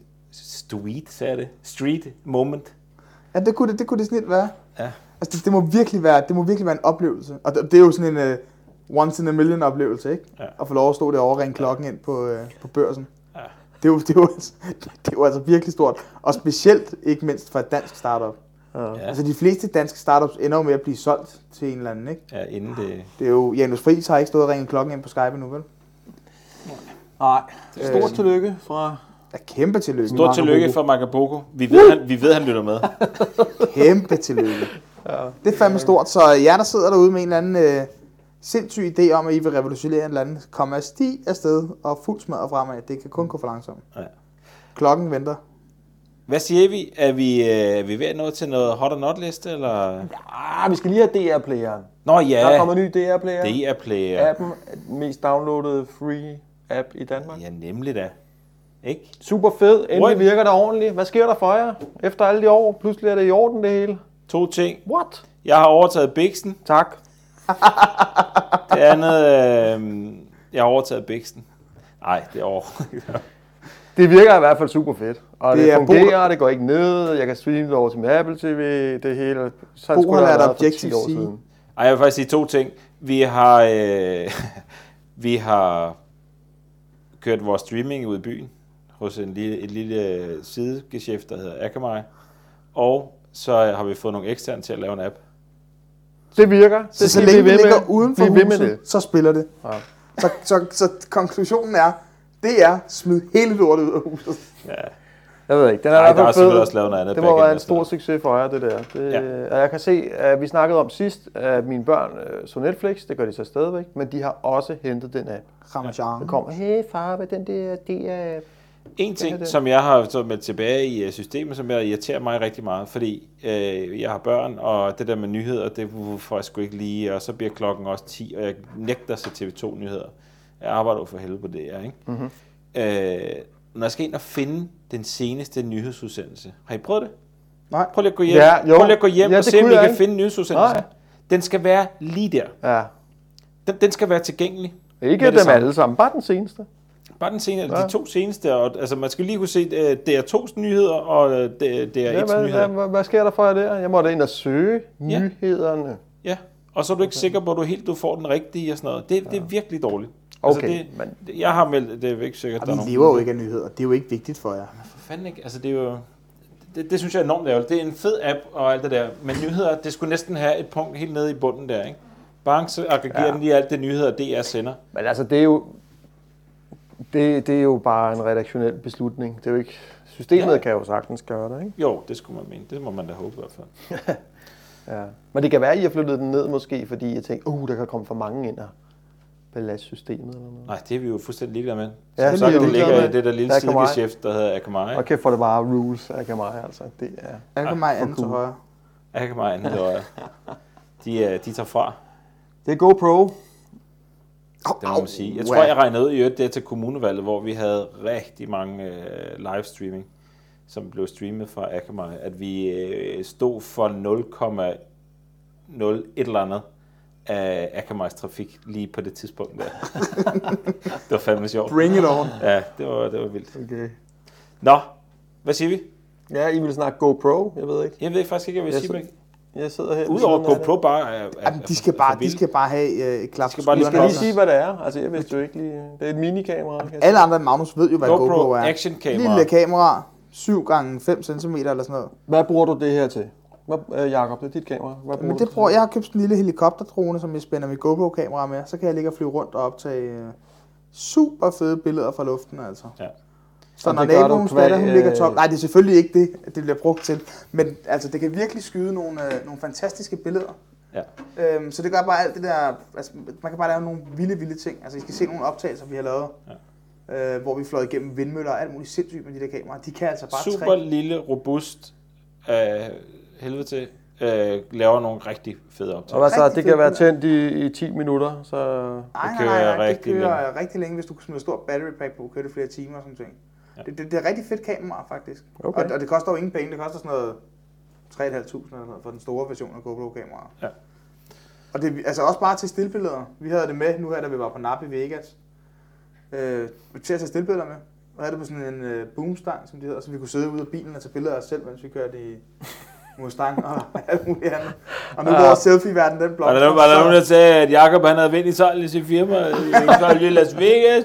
Street moment. Ja, det kunne det snit være. Ja. Altså det må virkelig være en oplevelse. Og det er jo sådan en once in a million oplevelse, ikke? Ja. At få lov at stå derovre og ringe klokken ind på børsen. Ja. Det er jo altså virkelig stort. Og specielt ikke mindst for et dansk startup. Ja. Altså de fleste danske startups ender jo med at blive solgt til en eller anden, ikke? Ja, inden det... Det er jo, Janus Friis har ikke stået og ringet klokken ind på Skype nu, vel? Nej. Stort tillykke fra... Ja, kæmpe tillykke. Stort tillykke fra Macaboko. Vi ved, han lytter med. Kæmpe tillykke. Ja. Det er fandme stort. Så jer, der sidder derude med en eller anden sindssyg idé om, at I vil revolutionere en eller anden, kommer afsted og fuld smadret fremad. Det kan kun gå for langsomt. Ja. Klokken venter. Hvad siger vi? Er vi ved at nå til noget hot or not liste, eller? Ja, vi skal lige have DR-playeren. Nå ja. Der kommer en ny DR-player. DR-player. Appen, mest downloadede free app i Danmark. Ja, nemlig da. Ikke? Super fed. Endelig virker det ordentligt. Hvad sker der for jer? Efter alle de år, pludselig er det i orden det hele. 2 ting. What? Jeg har overtaget Bixen. Tak. Det andet, jeg har overtaget Bixen. Nej, det er overhovedet. Det virker i hvert fald super fedt. Og det fungerer, det går ikke ned. Jeg kan streame det over til min Apple TV, det hele. Så har skulle have været Objective-C. Ej, jeg vil faktisk sige 2 ting. Vi har kørt vores streaming ud i byen hos et lille sidegeschæft, der hedder Akamai. Og så har vi fået nogle eksterne til at lave en app. Det virker. Så længe vi ligger uden for huset, så spiller det. Ja. Så konklusionen er, det er smid hele lortet ud af huset. Ja. Jeg ved ikke. Den er i hvert fed. Også lavet noget andet. Det må være en stor succes for jer, det der. Og jeg kan se, at vi snakkede om sidst, at mine børn så Netflix, det gør de så stadigvæk, men de har også hentet den app. Ramachan. Det kommer, hey far, hvad den der DR-app? En ting, som jeg har så med tilbage i systemet, som jeg irriterer mig rigtig meget, fordi jeg har børn, og det der med nyheder, det får jeg sgu ikke lige, og så bliver klokken også 10, og jeg nægter sig TV2-nyheder. Jeg arbejder jo for helvede på det her, ikke? Mm-hmm. Når jeg skal ind og finde den seneste nyhedsudsendelse. Har I prøvet det? Nej. Prøv lige at gå hjem, prøv lige at gå hjem og se, om I kan finde nyhedsudsendelsen. Den skal være lige der. Ja. Den skal være tilgængelig. Ikke dem alle sammen, bare den seneste. Bare den seneste, de 2 seneste, og altså man skal lige kunne se DR2's nyheder og DR1's nyheder. Hvad sker der for jer der? Jeg må da ind og søge nyhederne. Ja, og så er du ikke sikker på, at du får den rigtige og sådan noget. Det er virkelig dårligt. Okay. Altså jeg har meldt, det er ikke sikkert, der er nogen. Vi lever jo ikke af nyheder, det er jo ikke vigtigt for jer. For fanden ikke, altså det er jo... Det synes jeg er enormt ærgerligt. Det er en fed app og alt det der, men nyheder, det skulle næsten have et punkt helt nede i bunden der, ikke? Bare så aggregerer den lige alt det nyheder, DR sender. Men altså det er jo... Det er jo bare en redaktionel beslutning. Det er jo ikke... Systemet kan jo sagtens gøre det, ikke? Jo, det skulle man mene. Det må man da håbe i hvert fald. Ja. Men det kan være, at I har flyttet den ned måske, fordi jeg tænker, der kan komme for mange ind og belaste systemet eller noget. Nej, det er vi jo fuldstændig ligeglade med. Ja, så kan du ligge i det der lille sidegeschæft, der hedder Akamai. Og kæft for det bare rules Akamai, altså. Det er Akamai anden til højre. Akamai anden til højre. De tager fra. Det er GoPro. Det må man sige. Jeg tror, jeg regnede ud i øvrigt det til kommunevalget, hvor vi havde rigtig mange livestreaming, som blev streamet fra Akamai, at vi stod for 0,01 eller andet af Akamais trafik lige på det tidspunkt der. Det var fandme sjovt. Bring it on. Ja, det var vildt. Okay. Nå, hvad siger vi? Ja, I vil snakke GoPro, jeg ved ikke. Jeg ved faktisk ikke, hvad jeg vil sige. Jeg sidder her. Udover GoPro bare de skal bare have et klap. Skal lige sige, hvad det er? Altså, jeg vidste jo ikke lige. Det er et minikamera. Alle andre end Magnus ved jo, hvad GoPro er. Action kamera. Lille kamera, 7x5 cm eller sådan noget. Hvad bruger du det her til? Jakob, det er dit kamera. Jeg har købt en lille helikopterdrone, som jeg spænder mit GoPro-kamera med. Så kan jeg ligge og flyve rundt og optage super fede billeder fra luften, altså. Ja. Så når naboens datter, hun ligger top... Nej, det er selvfølgelig ikke det bliver brugt til. Men altså, det kan virkelig skyde nogle fantastiske billeder. Ja. Så det gør bare alt det der... Altså, man kan bare lave nogle vilde ting. Altså, I skal se nogle optagelser, vi har lavet. Ja. Hvor vi fløj igennem vindmøller og alt muligt sindssygt med de der kameraer. De kan altså bare super lille, robust, helvede til, laver nogle rigtig fede optagelser. Og hvad så? Det kan være tændt i 10 minutter, så... Nej, det kører rigtig længe. Hvis du smider stor battery pack på, kører det flere timer og sådan ting. Ja. Det er rigtig fedt kamera, faktisk. Okay. Og det koster jo ingen penge. Det koster sådan noget 3.500 eller noget for den store version af GoPro-kameraer. Ja. Og det er altså også bare til stillbilleder. Vi havde det med nu her, da vi var på NAP i Vegas. Til at tage stillbilleder med. Og havde det på sådan en boomstang, som de hedder, så vi kunne sidde ude af bilen og tage billeder af os selv, mens vi kørte i Mustang og alt muligt andet. Og nu går selfie-verden den blok. Var der nogen, der sagde, at Jakob han havde vendt i salg i sit firma i Las Vegas?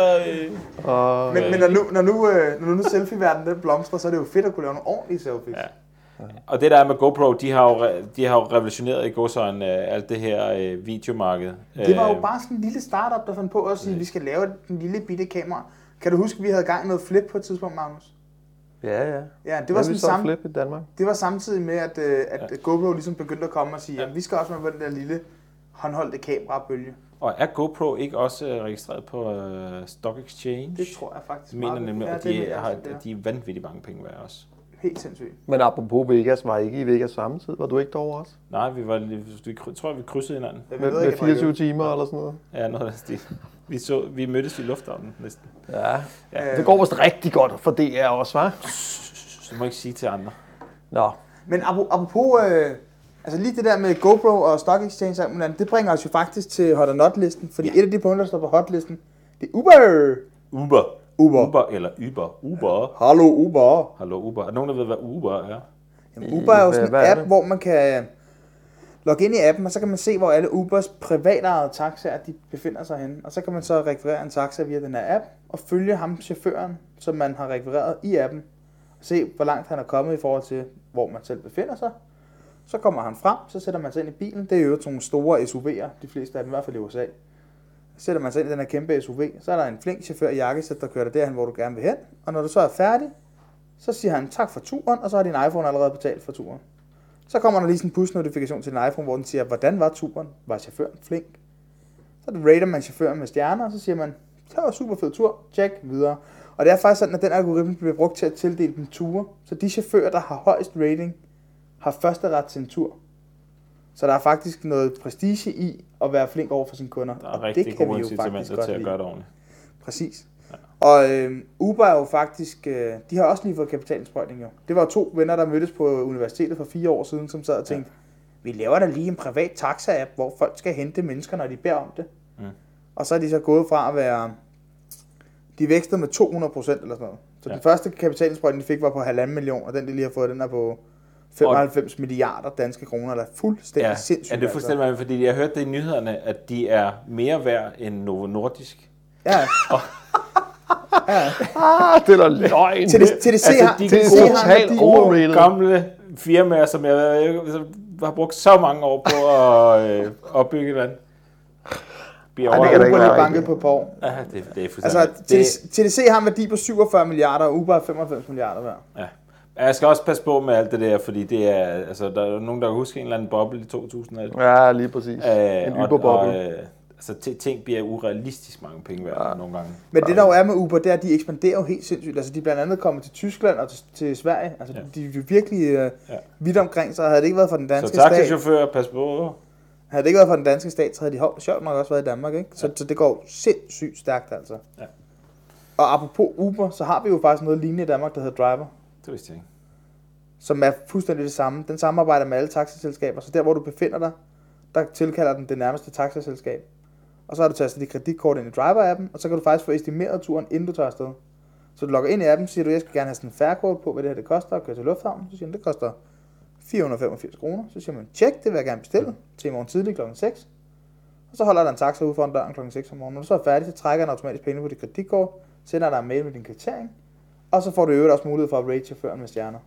Men når nu selfie-verden den blomstrer, så er det jo fedt at kunne lave nogle ordentlige selfies. Ja. Og det der er med GoPro, de har jo revolutioneret i godsøjne alt det her videomarked. Det var jo bare sådan en lille startup, der fandt på at sige, at vi skal lave en lille bitte kamera. Kan du huske, at vi havde gang i noget flip på et tidspunkt, Magnus? Ja, det var sådan flip i Danmark. Det var samtidig med, at GoPro ligesom begyndte at komme og sige, at vi skal også med på den der lille håndholdte kamerabølge. Og er GoPro ikke også registreret på Stock Exchange? Det tror jeg faktisk. Jeg mener nemlig, at de er vanvittigt mange penge værd også. Helt sindssygt. Men apropos Vegas, var I ikke i Vegas samme tid? Var du ikke derovre også? Nej, jeg tror, vi krydsede hinanden. Med 24 timer eller sådan noget? Ja, noget af den stil. Vi mødtes i lufthavnen næsten. Ja. Det går vist rigtig godt for DR også, hva'? Du må ikke sige til andre. Nå. Men apropos, altså lige det der med GoPro og Stock Exchange, det bringer os jo faktisk til Hot or Not-listen, fordi et af de punkter, der står på Hot-listen, det er Uber eller Uber. Hallo Uber. Er der nogen, der ved, hvad Uber er? Jamen, Uber er jo sådan en app, hvor man kan logge ind i appen, og så kan man se, hvor alle Ubers privatejede taxaer de befinder sig henne. Og så kan man så rekvirere en taxa via den her app, og følge ham, chaufføren, som man har rekvireret i appen. Og se, hvor langt han er kommet i forhold til, hvor man selv befinder sig. Så kommer han frem, så sætter man sig ind i bilen. Det er jo sådan nogle store SUV'er, de fleste af dem, i hvert fald i USA. Så sætter man sig ind i den her kæmpe SUV, så er der en flink chauffør i jakkesæt, der kører dig derhen, hvor du gerne vil hen. Og når du så er færdig, så siger han tak for turen, og så har din iPhone allerede betalt for turen. Så kommer der lige sådan en push-notifikation til din iPhone, hvor den siger, hvordan var turen? Var chaufføren flink? Så rater man chaufføren med stjerner, og så siger man, det var en super fed tur, tjek, videre. Og det er faktisk sådan, at den algoritme bliver brugt til at tildele dem ture. Så de chauffører, der har højst rating, har første ret til en tur. Så der er faktisk noget prestige i at være flink over for sine kunder. Der er rigtig gode incitamenter til at gøre det ordentligt. Præcis. Ja. Og Uber er jo faktisk, de har også lige fået kapitalindsprøjtning jo. Det var jo 2 venner, der mødtes på universitetet for 4 år siden, som sad og tænkte, vi laver da lige en privat taxa-app, hvor folk skal hente mennesker, når de beder om det. Mm. Og så er de så gået fra at være, de vækstede med 200% eller sådan noget. Så den første kapitalindsprøjtning, de fik, var på 1,5 million, og den de lige har fået, den er på 95 milliarder danske kroner, der er fuldstændig sindssygt. Ja, det er fuldstændig fordi jeg hørte det i nyhederne, at de er mere værd end Novo Nordisk. Ja. Det er da løgn. TDC har de gode gamle firmaer, som jeg har brugt så mange år på at opbygge land. Det kan ikke være banket på et par år. Ja, det er fuldstændig. Altså, TDC har en værdi på 47 milliarder, og Uber er 95 milliarder værd. Ja. Jeg skal også passe på med alt det der, fordi det er, altså, der er nogen, der kan huske en eller anden boble i 2018. Ja, lige præcis. En Uber-boble. Altså, ting bliver urealistisk mange penge værd nogle gange. Men det der jo er med Uber, det er, at de ekspanderer jo helt sindssygt. Altså, de er blandt andet kommet til Tyskland og til Sverige. Altså, de er virkelig vidt omkring, så havde det ikke været for den danske stat. Så taxichauffør, pas på. Havde det ikke været for den danske stat, så havde de sjovt nok også været i Danmark, ikke? Så det går sindssygt stærkt, altså. Ja. Og apropos Uber, så har vi jo faktisk noget lignende i Danmark, der hedder Driver. Det vidste jeg ikke. Som er fuldstændig det samme. Den samarbejder med alle taxiselskaber, så der hvor du befinder dig, der tilkalder den det nærmeste taxiselskab. Og så har du tastet dit kreditkort ind i Driver-appen, og så kan du faktisk få estimeret turen, inden du tager afsted. Så du logger ind i appen, siger du, jeg skal gerne have sådan en færkort på, hvad det her det koster at køre til lufthavnen. Så siger den, det koster 485 kroner. Så siger man, tjek, det vil jeg gerne bestille til i morgen tidlig kl. 6. Og så holder der en taxa ude foran døren kl. 6 om morgenen. Når du så er færdig, så trækker den automatisk penge på dit kreditkort, sender dig en mail med din kvittering, og så får du øvrigt også mulighed for at rate chaufføren med stjerner.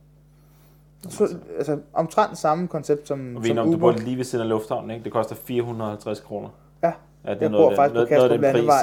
Så, altså omtrent samme koncept som Uber. Du bor lige ved siden af lufthavnen, ikke? Det koster 450 kroner. Ja, det jeg bor faktisk på Kasper Blandevej.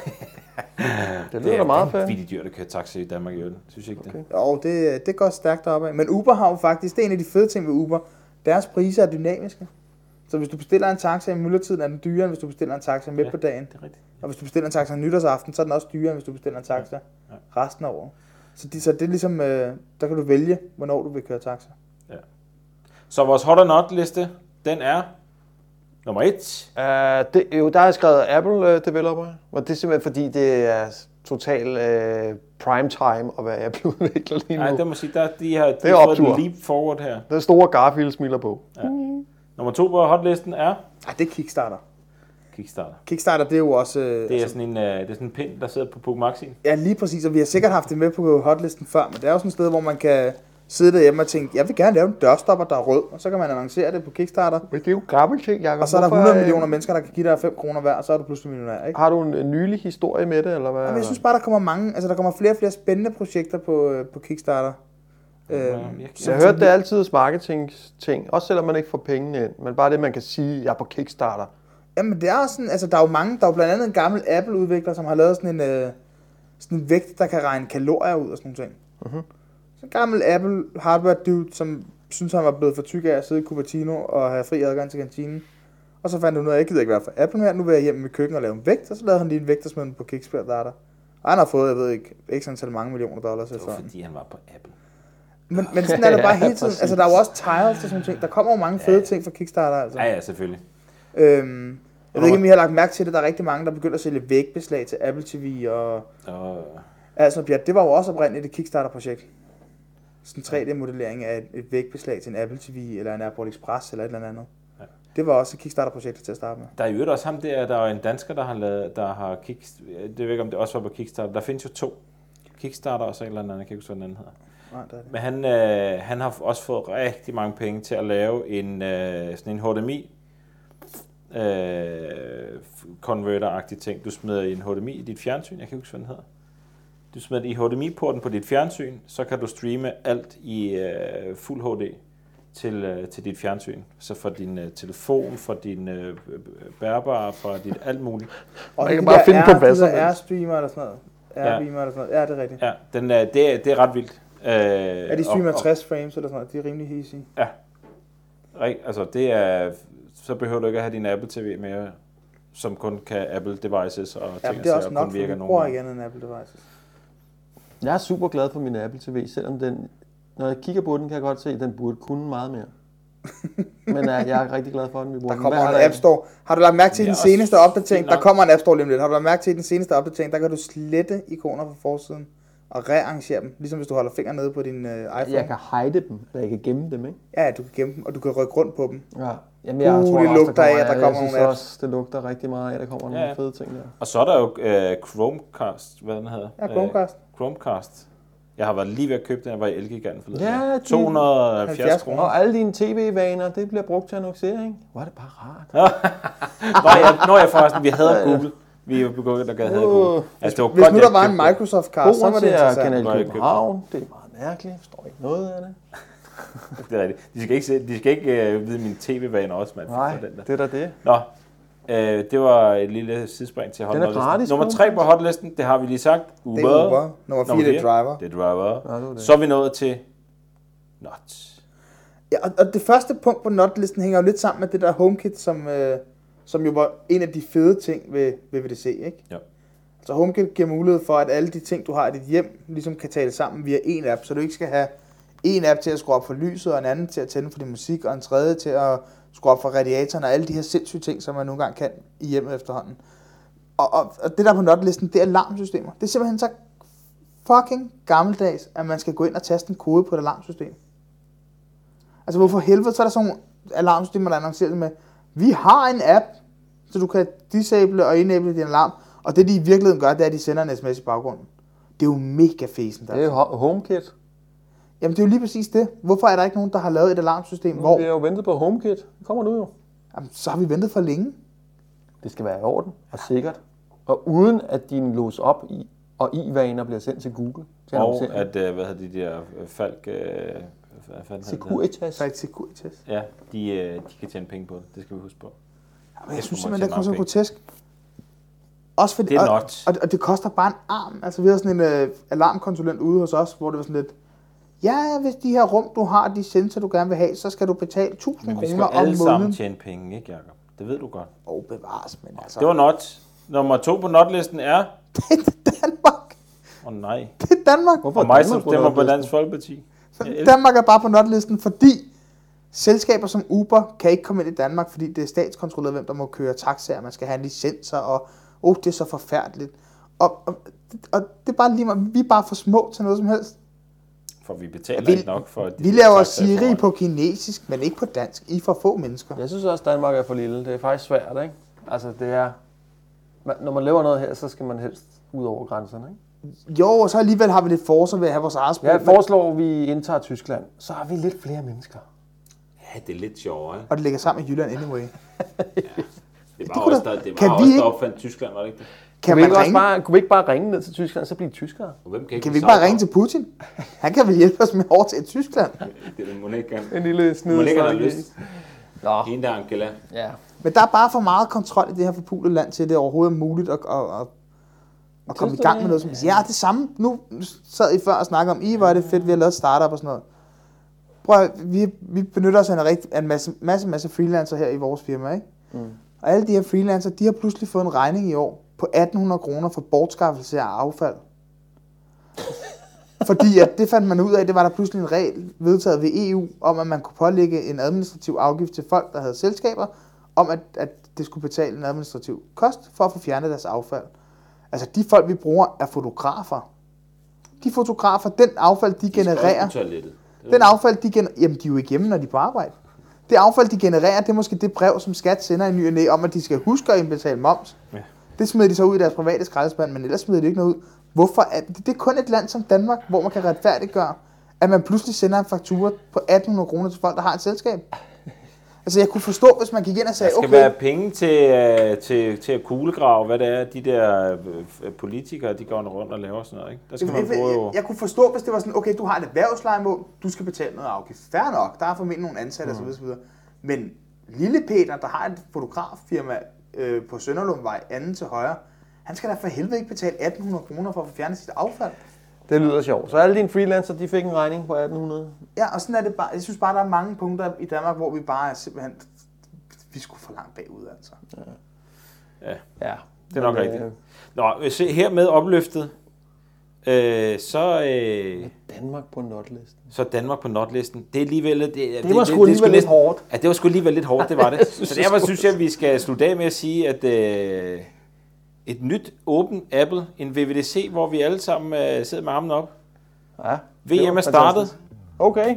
Det lyder da meget fedt. Det er vildt dyrt at køre taxi i Danmark, synes jeg ikke det? Jo, det går stærkt opad. Men Uber har jo faktisk, det er en af de fede ting ved Uber, deres priser er dynamiske. Så hvis du bestiller en taxa i myldretiden, er den dyrere, end hvis du bestiller en taxa midt på dagen. Det er rigtigt. Og hvis du bestiller en taxa nytårsaften, så er den også dyrere, end hvis du bestiller en taxa resten af året. Så det er ligesom, der kan du vælge, hvornår du vil køre taxa. Ja. Så vores hot or not liste, den er nummer 1. Der er skrevet Apple developer, og det er simpelthen fordi, det er total prime time at være Apple-udvikler lige nu. Nej, det må sige, de har fået en leap forward her. Der er store Garfield smiler på. Ja. Nummer 2 på hotlisten er? Det er Kickstarter. Kickstarter, det er jo også... det er sådan en pind, der sidder på Pugmaxin. Ja, lige præcis, og vi har sikkert haft det med på hotlisten før, men det er jo sådan et sted, hvor man kan sidde derhjemme og tænke, jeg vil gerne lave en dørstopper, der er rød, og så kan man annoncere det på Kickstarter. Men det er jo gammel ting, Jacob. Og så er der 100 millioner mennesker, der kan give dig 5 kroner hver, og så er du pludselig millionær, ikke? Har du en nylig historie med det, eller hvad? Jamen, jeg synes bare, der kommer flere og flere spændende projekter på Kickstarter. Jeg har hørt, det er altid marketing-ting, også selvom man ikke får pengene ind, men bare det, man kan sige, jeg er på Kickstarter. Jamen, det er sådan, altså der er jo mange, der er jo blandt andet en gammel Apple-udvikler, som har lavet sådan en vægt, der kan regne kalorier ud og sådan nogle ting. Så en gammel Apple hardware dude, som synes han var blevet for tyk af at sidde i Cupertino og have fri adgang til kantinen. Og så fandt han ud af, at jeg gider ikke være for Apple mere, nu vil jeg hjem med køkken og lave en vægt, og så lavede han lige en vægt, der smed den på Kickstarter. Og han har fået, jeg ved ikke sådan mange millioner dollars. Det var fordi han var på Apple. Men sådan er det bare hele tiden. Altså der er jo også tiles og sådan nogle ting. Der kommer jo mange fede ting fra Kickstarter. Altså. Ja, selvfølgelig. Jeg ved ikke, om I har lagt mærke til det. Der er rigtig mange, der begynder at sælge vægbeslag til Apple TV og... Altså, det var jo også oprindeligt et Kickstarter-projekt. Sådan en 3D-modellering af et vægbeslag til en Apple TV eller en Airport Express eller et eller andet. Ja. Det var også et Kickstarter-projekt til at starte med. Der er jo også ham der er en dansker, der har Kickstarter. Det ved ikke, om det også var på Kickstarter. Der findes jo 2. Kickstarter og så et eller andet, jeg kan ikke huske, hvad den anden hedder. Nej, det Men han har også fået rigtig mange penge til at lave sådan en HDMI converter-agtig ting. Du smider en HDMI i dit fjernsyn, jeg kan ikke huske, hvad den hedder. Du smider det i HDMI-porten på dit fjernsyn, så kan du streame alt i fuld HD til dit fjernsyn. Så for din telefon, for din bærbare, for dit alt muligt. Og man kan bare finde på hvad som helst. Airstreamer eller sådan noget. Airbeamer eller sådan noget. Ja, det er rigtigt. Ja, det er ret vildt. Er de streamer 60 frames eller sådan noget? De er rimelig hissige. Ja. Altså det er... Så behøver du ikke at have din Apple TV mere, som kun kan Apple devices og ting, det er også nok, for du bruger igen en Apple devices. Jeg er super glad for min Apple TV, selvom når jeg kigger på den, kan jeg godt se, at den burde kunne meget mere. Men jeg er rigtig glad for den, vi bruger den. Der kommer en App Store. Har du lagt mærke til den seneste opdatering? Der kommer en App Store lige om lidt. Har du lagt mærke til den seneste opdatering? Der kan du slette ikoner fra forsiden og rearrangere dem, ligesom hvis du holder fingeren nede på din iPhone. Jeg kan hide dem, eller jeg kan gemme dem, ikke? Ja, du kan gemme dem, og du kan rykke rundt på dem. Ja. Jamen, jeg tror det lugter af, at der kommer nogle apps. Også, det lugter rigtig meget af, at der kommer nogle fede ting der. Og så er der jo Chromecast, hvad den hedder? Ja, Chromecast. Chromecast. Jeg har været lige ved at købe den, jeg var i Elgiganten forleden. Ja, 270 kroner. Og alle dine tv-vaner, det bliver brugt til annoncering. Hvor er det bare rart. Nå, jeg forresten, vi havde Google. Vi er begyndt at have Google. Altså, det var hvis godt, nu der var en Microsoft-cast, så var det interessant. Kanal København, det er meget mærkeligt. Jeg forstår ikke noget af det. Det er rigtigt. De skal ikke vide mine tv-vaner også, mand. Nej, det er da det. Nå, det var et lille sidespring til hotlisten. Nummer 3 på hotlisten, det har vi lige sagt. Uber. Det er Uber. Nummer 4, det er Driver. Det er Driver. Så er vi nået til Not. Ja, og det første punkt på Not-listen hænger jo lidt sammen med det der HomeKit, som jo var en af de fede ting ved VDC, ikke? Ja. Så HomeKit giver mulighed for, at alle de ting, du har i dit hjem, ligesom kan tale sammen via en app, så du ikke skal have en app til at skrue op for lyset, og en anden til at tænde for din musik, og en tredje til at skrue op for radiatoren og alle de her sindssyge ting, som man nogle gange kan i hjemmet efterhånden. Og det der på notlisten, det er alarmsystemer. Det er simpelthen så fucking gammeldags, at man skal gå ind og taste en kode på et alarmsystem. Altså hvorfor helvede, så er der sådan nogle alarmsystemer, der annoncerer med, vi har en app, så du kan disable og enable din alarm, og det de i virkeligheden gør, det er, at de sender en sms i baggrunden. Det er jo mega fesen. Der. Det er jo HomeKit. Jamen det er jo lige præcis det. Hvorfor er der ikke nogen, der har lavet et alarmsystem, hvor... Vi har jo ventet på HomeKit. Det kommer nu jo. Jamen, så har vi ventet for længe. Det skal være i orden og sikkert. Og uden at din lås op i og i-vaner bliver sendt til Google. Til og at, hvad hedder de der Falk... Securitas. Ja, de kan tjene penge på det. Det skal vi huske på. Jamen, jeg synes simpelthen, det er så grotesk. Også fordi, det er not. Og det koster bare en arm. Altså vi har sådan en alarmkonsulent ude hos os, hvor det var sådan lidt, ja, hvis de her rum, du har, de sensorer, du gerne vil have, så skal du betale 1.000 kroner om måneden. Vi skal alle sammen tjene penge, ikke Jacob? Det ved du godt. Bevares, men altså... Det var not. Nummer 2 på notlisten er... Det er Danmark. Nej. Det er Danmark. Hvorfor og mig, som stemmer på Dansk Folkeparti? Danmark er bare på notlisten, fordi selskaber som Uber kan ikke komme ind i Danmark, fordi det er statskontrolleret, hvem der må køre taxaer, man skal have en licenser, og det er så forfærdeligt. Og det er bare lige meget, vi er bare for små til noget som helst. For vi betaler ikke nok for... Vi laver Siri på kinesisk, men ikke på dansk. I for få mennesker. Jeg synes også, at Danmark er for lille. Det er faktisk svært, ikke? Altså, det er... Når man laver noget her, så skal man helst ud over grænserne, ikke? Jo, og så alligevel har vi lidt forsvar ved at have vores eget sprog. Jeg foreslår, at vi indtager Tyskland. Så har vi lidt flere mennesker. Ja, det er lidt sjovere, ikke? Og det ligger sammen med Jylland anyway. Ja. Det var også der opfandt Tyskland, var det ikke det? Kunne vi ikke bare ringe ned til Tyskland, så blive tyskere? Kan vi ikke bare ringe til Putin? Han kan vel hjælpe os med over til Tyskland. Det er Monika. En lille snyd. Monika har lyst. En der Angela. Ja. Men der er bare for meget kontrol i det her forpulede land til, at det overhovedet er muligt at komme i gang med noget, som siger, ja, det samme. Nu sad I før og snakkede om, hvor er det fedt, vi har lavet startup og sådan noget. Prøv, vi benytter os af en masse freelancer her i vores firma, ikke? Mm. Og alle de her freelancer, de har pludselig fået en regning i år på 1.800 kroner for bortskaffelse af affald. Fordi at det fandt man ud af, det var der pludselig en regel vedtaget ved EU, om at man kunne pålægge en administrativ afgift til folk, der havde selskaber, om at det skulle betale en administrativ kost for at få fjernet deres affald. Altså de folk, vi bruger, er fotografer. De fotografer, den affald, de genererer... Den affald, jamen de er jo ikke hjemme, når de er på arbejde. Det affald, de genererer, det er måske det brev, som skat sender i ny og næ, om at de skal huske at indbetale moms. Ja. Det smider de så ud i deres private skraldespand, men ellers smider de ikke noget ud. Hvorfor? Det er kun et land som Danmark, hvor man kan retfærdiggøre, at man pludselig sender en faktura på 1.800 kroner til folk, der har et selskab. Altså jeg kunne forstå, hvis man gik ind og sagde, okay... Der skal være penge til at kuglegrave, hvad det er, de der politikere, de går rundt og laver sådan noget, ikke? Der skal man bruge... Jeg kunne forstå, hvis det var sådan, okay, du har et erhvervslejemål, du skal betale noget afgift. Fair nok, der er formentlig nogle ansatte osv. Men lille Peter, der har et fotograffirma på Sønderlundvej, anden til højre, han skal da for helvede ikke betale 1.800 kroner for at få fjernet sit affald. Det lyder sjovt. Så alle dine freelancer, de fik en regning på 1.800? Ja, og sådan er det bare. Jeg synes bare, der er mange punkter i Danmark, hvor vi bare er simpelthen... Vi skulle for langt bagud, altså. Ja, det er nok rigtigt. Nå, se her med opløftet, Danmark på notlisten. Så Danmark på notlisten. Det er alligevel... Det var sgu alligevel lidt hårdt. Ja, det var sgu alligevel lidt hårdt, det var det. Så derfor synes jeg, at vi skal slutte af med at sige, at... et nyt åben Apple, en VVDC, hvor vi alle sammen sidder med armen op. Ja. VM er startet. Okay.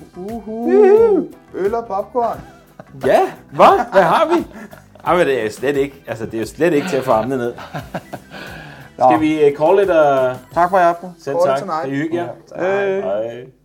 Øl og popcorn. Ja, hvad har vi? Men det er slet ikke, altså det er jo slet ikke til at få armene ned. Skal vi call it og... Tak for i aften. Selv tak. Det er hyggeligt. Hej. Hej.